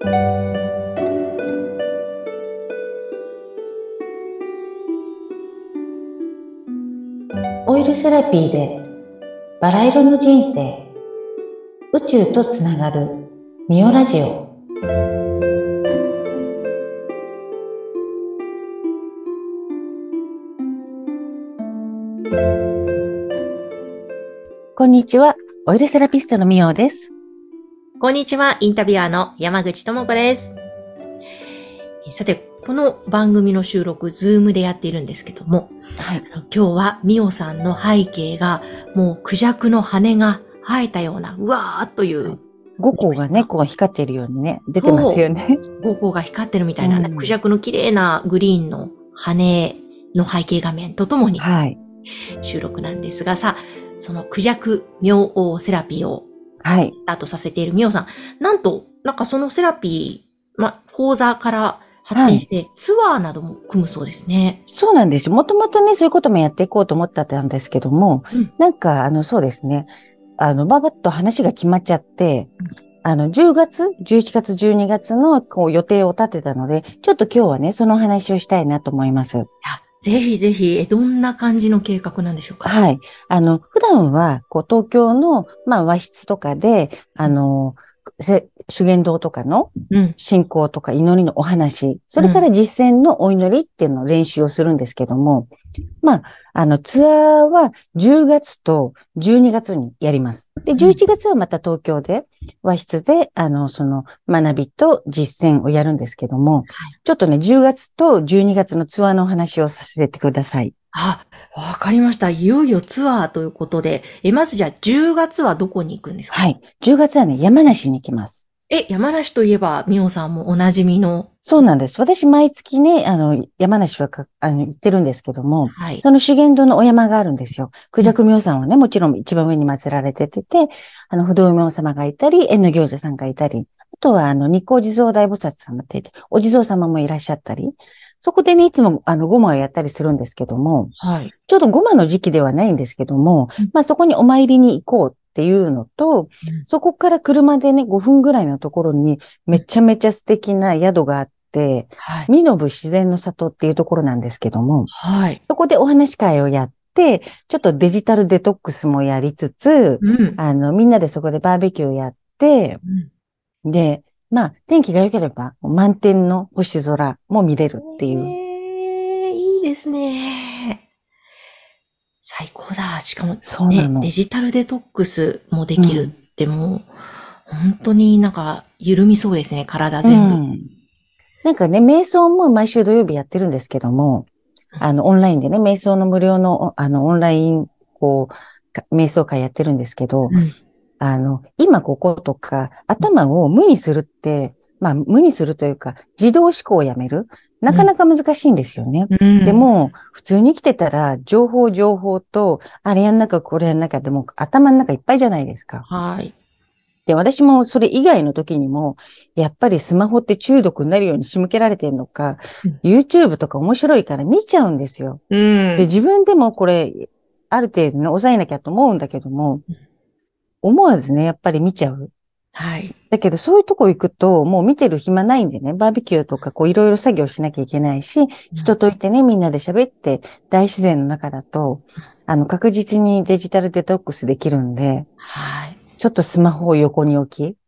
オイルセラピーでバラ色の人生、宇宙とつながるミオラジオ。こんにちは、オイルセラピストのミオです。 こんにちは、インタビュアーの山口智子です。さて、この番組の収録、ズームでやっているんですけども、 はい、 今日はミオさんの背景が、もうクジャクの羽が生えたような、うわーっという。 5個がね、こう光っているようにね、出てますよね。 5個が光ってるみたいなね、クジャクの綺麗なグリーンの羽の背景画面とともに収録なんですが、さあ、そのクジャク明王セラピーをスタートさせているミオさん、なんと、そのセラピー、講座から発展して、ツアーなども組むそうですね。 そうなんですよ。もともとね、そういうこともやっていこうと思ったんですけども、そうですね。ばばっと話が決まっちゃって、10月、11月、12月のこう予定を立てたので、ちょっと今日はね、その話をしたいなと思います。 ぜひぜひ、どんな感じの計画なんでしょうか？ はい。普段は、こう、東京の、和室とかで、修験道とかの信仰とか祈りのお話、それから実践のお祈りっていうのを練習をするんですけども、ツアーは10月と12月にやります。で、11月はまた東京で、和室で、その学びと実践をやるんですけども、ちょっとね、10月と12月のツアーのお話をさせてください。 わかりました。いよいよツアーということで、まずじゃあ10月はどこに行くんですか？ はい。10月はね、山梨に行きます。 山梨といえば、ミオさんもおなじみの。 そうなんです。私、毎月ね、山梨は行ってるんですけども、その修験道のお山があるんですよ。クジャク明さんはね、もちろん一番上に祀られてて、不動明様がいたり、縁の行者さんがいたり、あとは、日光地蔵大菩薩様っていて、お地蔵様もいらっしゃったり、そこでね、いつも、ごまをやったりするんですけども、ちょうどごまの時期ではないんですけども、そこにお参りに行こうっていうのと、そこから車でね、5分ぐらいのところに、めちゃめちゃ素敵な宿があって、身延自然の里っていうところなんですけども、そこでお話会をやって、ちょっとデジタルデトックスもやりつつ、みんなでそこでバーベキューやって、で、天気が良ければ、満天の星空も見れるっていう。 いいですね。最高だ。しかも、 ね、 デジタルデトックスもできるってもう、本当に緩みそうですね、体全部。 瞑想も毎週土曜日やってるんですけども、オンラインでね、瞑想の無料の、オンライン、瞑想会やってるんですけど、今こことか、頭を無にするって、無にするというか、自動思考をやめる。なかなか難しいんですよね。でも、普通に生きてたら、情報と、あれやんなかこれやんなかでも、頭の中いっぱいじゃないですか。で、私もそれ以外の時にも、やっぱりスマホって中毒になるように仕向けられてるのか、YouTube とか面白いから見ちゃうんですよ。で、自分でもこれ、ある程度ね、抑えなきゃと思うんだけども、思わずね、やっぱり見ちゃう。だけど、そういうとこ行くと、もう見てる暇ないんでね、バーベキューとかいろいろ作業しなきゃいけないし、人といてね、みんなで喋って、大自然の中だと、確実にデジタルデトックスできるんで、ちょっとスマホを横に置き。 い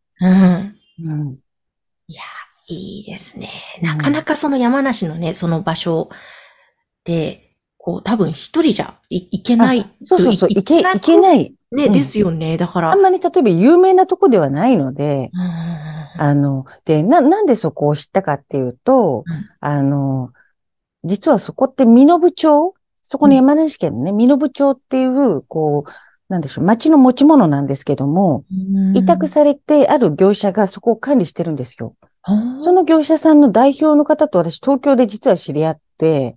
や、いいですね。なかなかその山梨のね、その場所で、多分一人じゃ行けない。 そう、行けない。 ね、ですよね。だから。 あんまり例えば有名なとこではないので、で、なんでそこを知ったかっていうと、実はそこって身延町、そこの山梨県のね、身延町っていう、なんでしょう、町の持ち物なんですけども、委託されてある業者がそこを管理してるんですよ。その業者さんの代表の方と私東京で実は知り合って、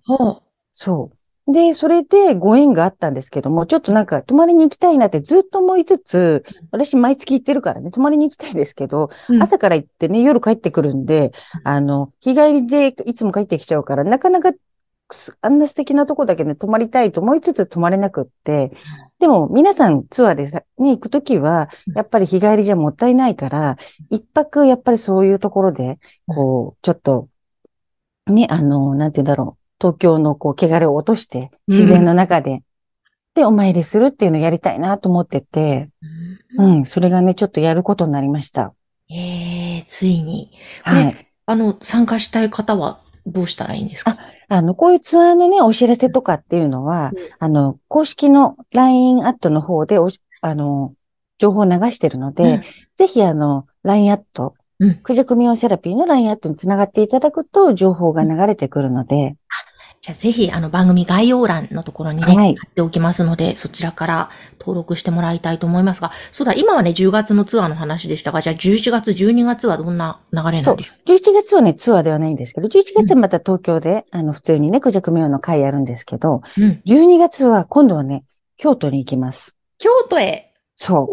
そう。で、それでご縁があったんですけども、ちょっと泊まりに行きたいなってずっと思いつつ、私毎月行ってるからね、泊まりに行きたいですけど、朝から行ってね、夜帰ってくるんで、日帰りでいつも帰ってきちゃうから、なかなか、あんな素敵なとこだけね、泊まりたいと思いつつ泊まれなくって、 でも皆さんツアーでに行くときは、やっぱり日帰りじゃもったいないから、一泊やっぱりそういうところで、こう、ちょっと、ね、なんて言うんだろう。東京のこう、汚れを落として、自然の中でお参りするっていうのをやりたいなと思ってて、それがね、ちょっとやることになりました。 ついに。これ、 はい。 参加したい方はどうしたらいいんですか？ こういうツアーのね、お知らせとかっていうのは、公式の LINE アットの方で情報を流してるので、ぜひLINE アット、クジャクミオセラピーの LINE アットにつながっていただくと情報が流れてくるので、 じゃあぜひ、番組概要欄のところにね、貼っておきますので、そちらから登録してもらいたいと思いますが、そうだ、今はね、10月のツアーの話でしたが、じゃあ11月、12月はどんな流れなんでしょう？ 11月はね、ツアーではないんですけど、11月はまた東京で、普通にね、クジャクミオの会やるんですけど、12月は今度はね、京都に行きます。 京都へ。 そう。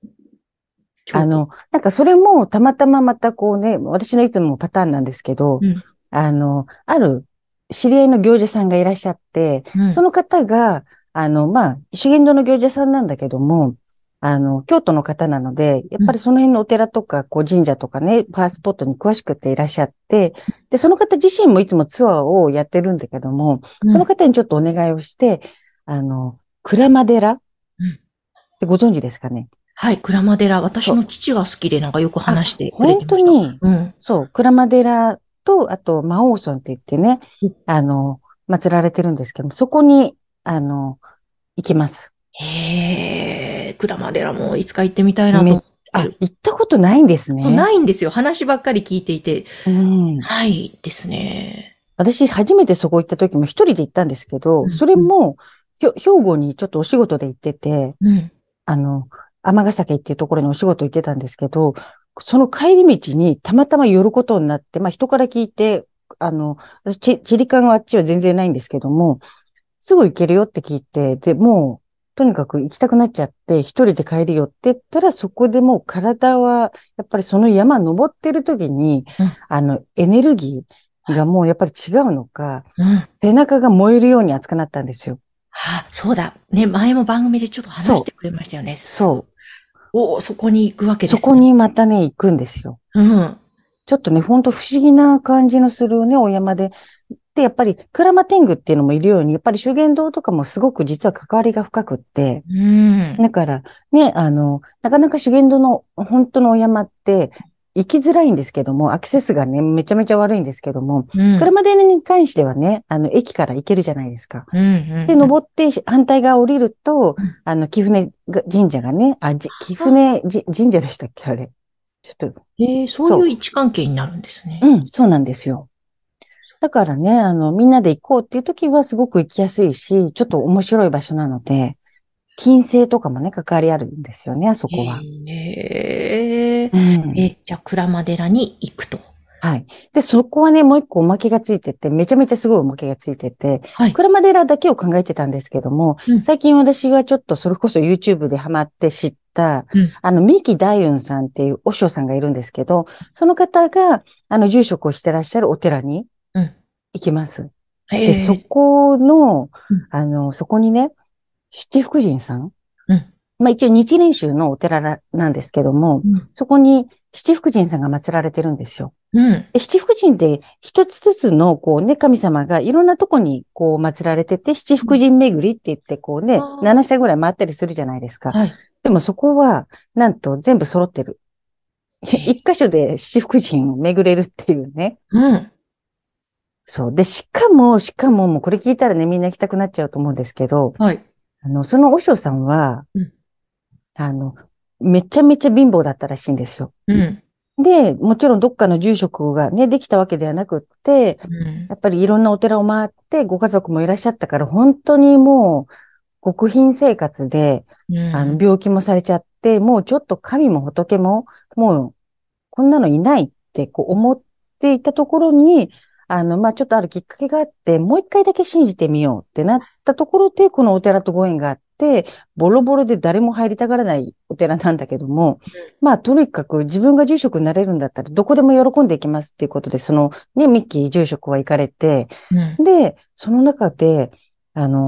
なんかそれもたまたままたこうね、私のいつもパターンなんですけど、ある知り合いの行者さんがいらっしゃって、その方が、修験道の行者さんなんだけども、京都の方なので、やっぱりその辺のお寺とか、こう神社とかね、パワースポットに詳しくていらっしゃって、で、その方自身もいつもツアーをやってるんだけども、その方にちょっとお願いをして、鞍馬寺ってご存知ですかね？ はい、鞍馬寺。私の父が好きでなんかよく話してくれてました。 本当に、そう、鞍馬寺と、あと、魔王村って言ってね、祀られてるんですけども、そこに、行きます。 鞍馬寺もいつか行ってみたいなと思ってる。 行ったことないんですね。 そう、ないんですよ。話ばっかり聞いていて。ないですね。 私、初めてそこ行った時も一人で行ったんですけど、それも、兵庫にちょっとお仕事で行ってて、尼崎っていうところにお仕事行ってたんですけど、その帰り道にたまたま寄ることになって、人から聞いて、私、地理感はあっちは全然ないんですけども、すぐ行けるよって聞いて、で、もう、とにかく行きたくなっちゃって、一人で帰るよって言ったら、そこでもう体は、やっぱりその山登ってる時に、エネルギーがもうやっぱり違うのか、背中が燃えるように熱くなったんですよ。 そうだ。ね、前も番組でちょっと話してくれましたよね。 そう。 そこに行くわけですね。 そこにまたね、行くんですよ。ちょっとね、ほんと不思議な感じのするね、お山で。で、やっぱり、鞍馬天狗っていうのもいるように、やっぱり修験道とかもすごく実は関わりが深くって。だから、ね、なかなか修験道の本当のお山って、行きづらいんですけども、アクセスがね、めちゃめちゃ悪いんですけども、鞍馬寺に関してはね、駅から行けるじゃないですか。で、登って、反対側降りると、貴船神社がね、貴船神社でしたっけあれ。ちょっと。 そういう位置関係になるんですね。 そうなんですよ。だからね、みんなで行こうっていう時はすごく行きやすいし、ちょっと面白い場所なので、金星とかもね、関わりあるんですよね、あそこは。 じゃあ、鞍馬寺に行くと。 はい。で、そこはね、もう一個おまけがついてて、めちゃめちゃすごいおまけがついてて、鞍馬寺だけを考えてたんですけども、最近私がちょっとそれこそ YouTube でハマって知った、三木大雲さんっていう和尚さんがいるんですけど、その方が、住職をしてらっしゃるお寺に行きます。で、そこの、そこにね、七福神さん、一応日蓮宗のお寺なんですけども、そこに七福神さんが祀られてるんですよ。七福神って一つずつのこうね、神様がいろんなとこにこう祀られてて、七福神巡りって言ってこうね、7社ぐらい回ったりするじゃないですか。でもそこは、なんと全部揃ってる。一箇所で七福神を巡れるっていうね。そう。で、しかも、もうこれ聞いたらね、みんな行きたくなっちゃうと思うんですけど、その和尚さんは、めちゃめちゃ貧乏だったらしいんですよ。で、もちろんどっかの住職がね、できたわけではなくって、やっぱりいろんなお寺を回ってご家族もいらっしゃったから、本当にもう、極貧生活で、病気もされちゃって、もうちょっと神も仏も、もう、こんなのいないってこう思っていたところに、ちょっとあるきっかけがあって、もう一回だけ信じてみようってなったところで、このお寺とご縁があって、ボロボロで誰も入りたがらないお寺なんだけども、とにかく自分が住職になれるんだったら、どこでも喜んでいきますっていうことで、そのね、ミッキー住職は行かれて、で、その中で、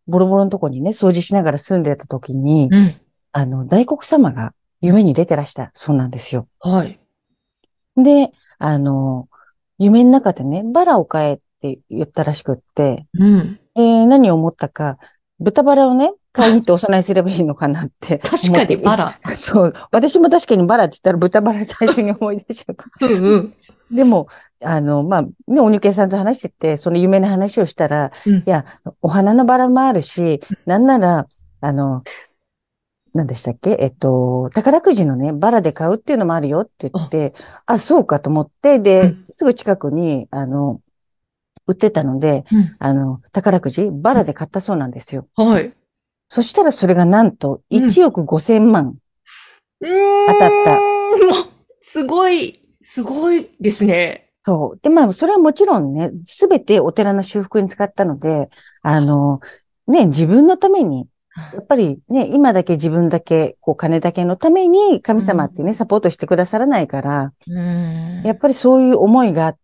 ボロボロのとこにね、掃除しながら住んでた時に、 うん。 大黒様が夢に出てらしたそうなんですよ。 はい。 で、夢の中でね、バラを買えって言ったらしくって、 うん。 何を思ったか、豚バラをね、買いに行ってお供えすればいいのかなって確か思って、 にバラ。 そう、私も確かにバラって言ったら豚バラ最初に思い出しちゃう。 うんうん。 でも、まあ、ね、お肉屋さんと話してて、その夢の話をしたら、 うん。 いや、お花のバラもあるし、なんなら、あの、何でしたっけ宝くじのね、バラで買うっていうのもあるよって言っあ、 て、あ、そうかと思って、で、 うん。 すぐ近くに、売ってたので、 うん。 宝くじ、バうん。 ラで買ったそうなんですよ。 はい。 そしたらそれがなんとうん。 1億5千万う当たった。 ーん。すごい、すごいですね。 そう。で、まあ、それはもちろんね、すべてお寺の修復に使ったので、自分のために、やっぱりね、今だけ自分だけ、こう、金だけのために神うん。 様ってね、サポートしてくださらないから、 うん。 やっぱりそういう思いがあって、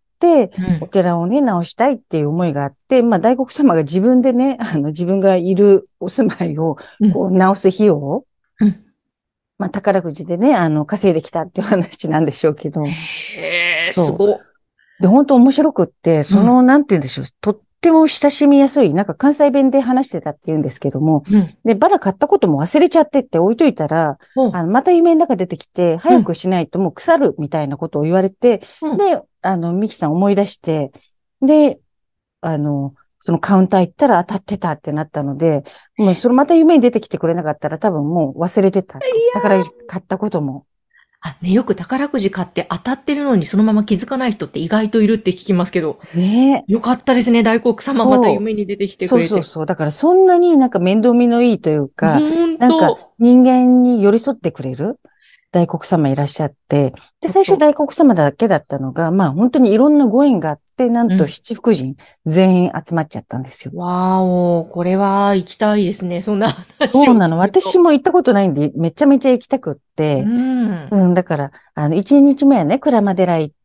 おうん。 寺をね、直したいっていう思いがあって、まあ、大黒様が自分でね、自分がいるお住まいを、 うん。 こう、直す費用を、 うん。 まあ、宝くじでね、稼いできたっていう話なんでしょうけど、 へえ、すそう。 ご。 で、本当面白くって、 うん。 なんて言うんでしょう、とっても親しみやすい、なんか関西弁で話してたって言うんですけども、 うん。 で、バラ買ったことも忘れちゃってって置いといたら、 おう。 また夢の中出てきて、 うん。 早くしないともう腐るみたいなことを言われて、 うん。 で、ミキさん思い出して、で、そのカウンター行ったら当たってたってなったので、もうそれまた夢に出てきてくれなかったら多分もう忘れてたと。だから買ったことも。 あ、ね、よく宝くじ買って当たってるのにそのまま気づかない人って意外といるって聞きますけど、 ねえ。 よかったですね、大黒様またそう。 夢に出てきてくれて。 そうそうそう。だからそんなになんか面倒見のいいというか、 ほんなんかと。 人間に寄り添ってくれる大黒様いらっしゃって、で、最初ちょっと、 大黒様だけだったのが、まあ本当にいろんなご縁があって、なんとうん。 七福神全員集まっちゃったんですよ。 わーお、これは行きたいですね。そんな話をそうなの。 聞くと。 私も行ったことないんで、めちゃめちゃ行きたくっうて、 ん。 うん、だから、一日目はね、鞍馬寺行って、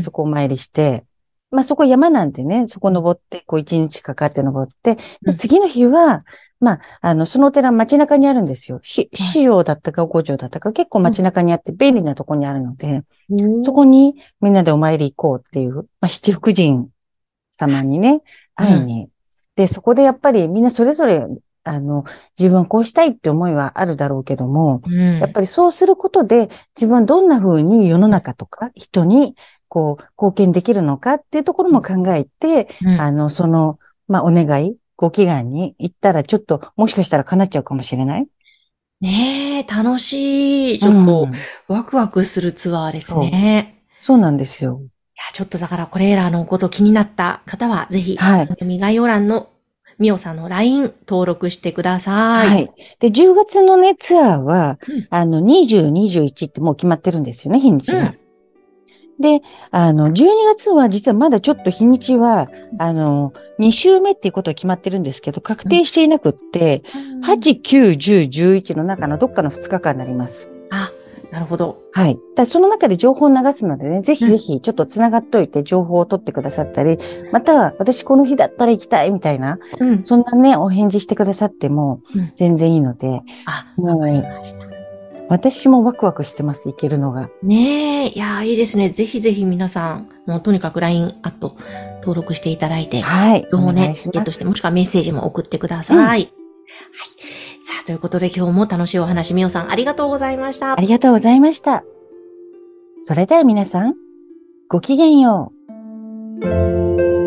うん。 そこお参りして、まあそこ山なんでね、そこうん。 登って、こう一日かかって登って、で、 うん。 次の日は、まあ、そのお寺街中にあるんですよ。 はい。 四条だったか五条だったか、結構うん。 街中にあって便利なとこにあるので、そおー。 こにみんなでお参り行こうっていう、まあ、七福神様にね、 うん。 会いに。で、そこでやっぱりみんなそれぞれ、あの、自分はこうしたいって思いはあるだろうけども、 うん。 やっぱりそうすることで、自分はどんな風に世の中とか人に、こう、貢献できるのかっていうところも考えて、 うん。 まあ、お願い、ご祈願に行ったら、ちょっと、もしかしたら叶っちゃうかもしれない。 ねえ、楽しい。 うちょっと、 ん。 ワクワクするツアーですそう。 ね。 そうなんですよ。 いや、ちょっとだからこれらのこと気になった方は、ぜひ、 はい。 番組概要欄のみおさんの LINE 登録してください。 はい。で、10月のね、ツアーは、 うん。 20、21ってもう決まってるんですよね、日にちが。 うん。 で、12月は実はまだちょっと日にちは、2週目っていうことは決まってるんですけど、確うん。 定していなくって、 うん。 8、9、10、11の中のどっかの2日間になります。 あ、なるほど。 はい。その中で情報を流すのでね、ぜひうん。 ぜひちょっとつながっといて情報を取ってくださったり、または私この日だったら行きたいみたいな、 うん。 そんなね、お返事してくださってもうん。 全然いいので、 あ、わかりもうました。 私もワクワクしてます、行けるのが。 ねえ、いやー、いいですね。ぜひぜひ皆さん、もうとにかく LINE アット登録していただいて、 はい。お願い情報をね、 します。 ゲットして、もしくはメッセージも送ってくだうん。 さい。はい。さあ、ということで今日も楽しいお話、みおさんありがとうございました。 ありがとうございました。それでは皆さん、ごきげんよう。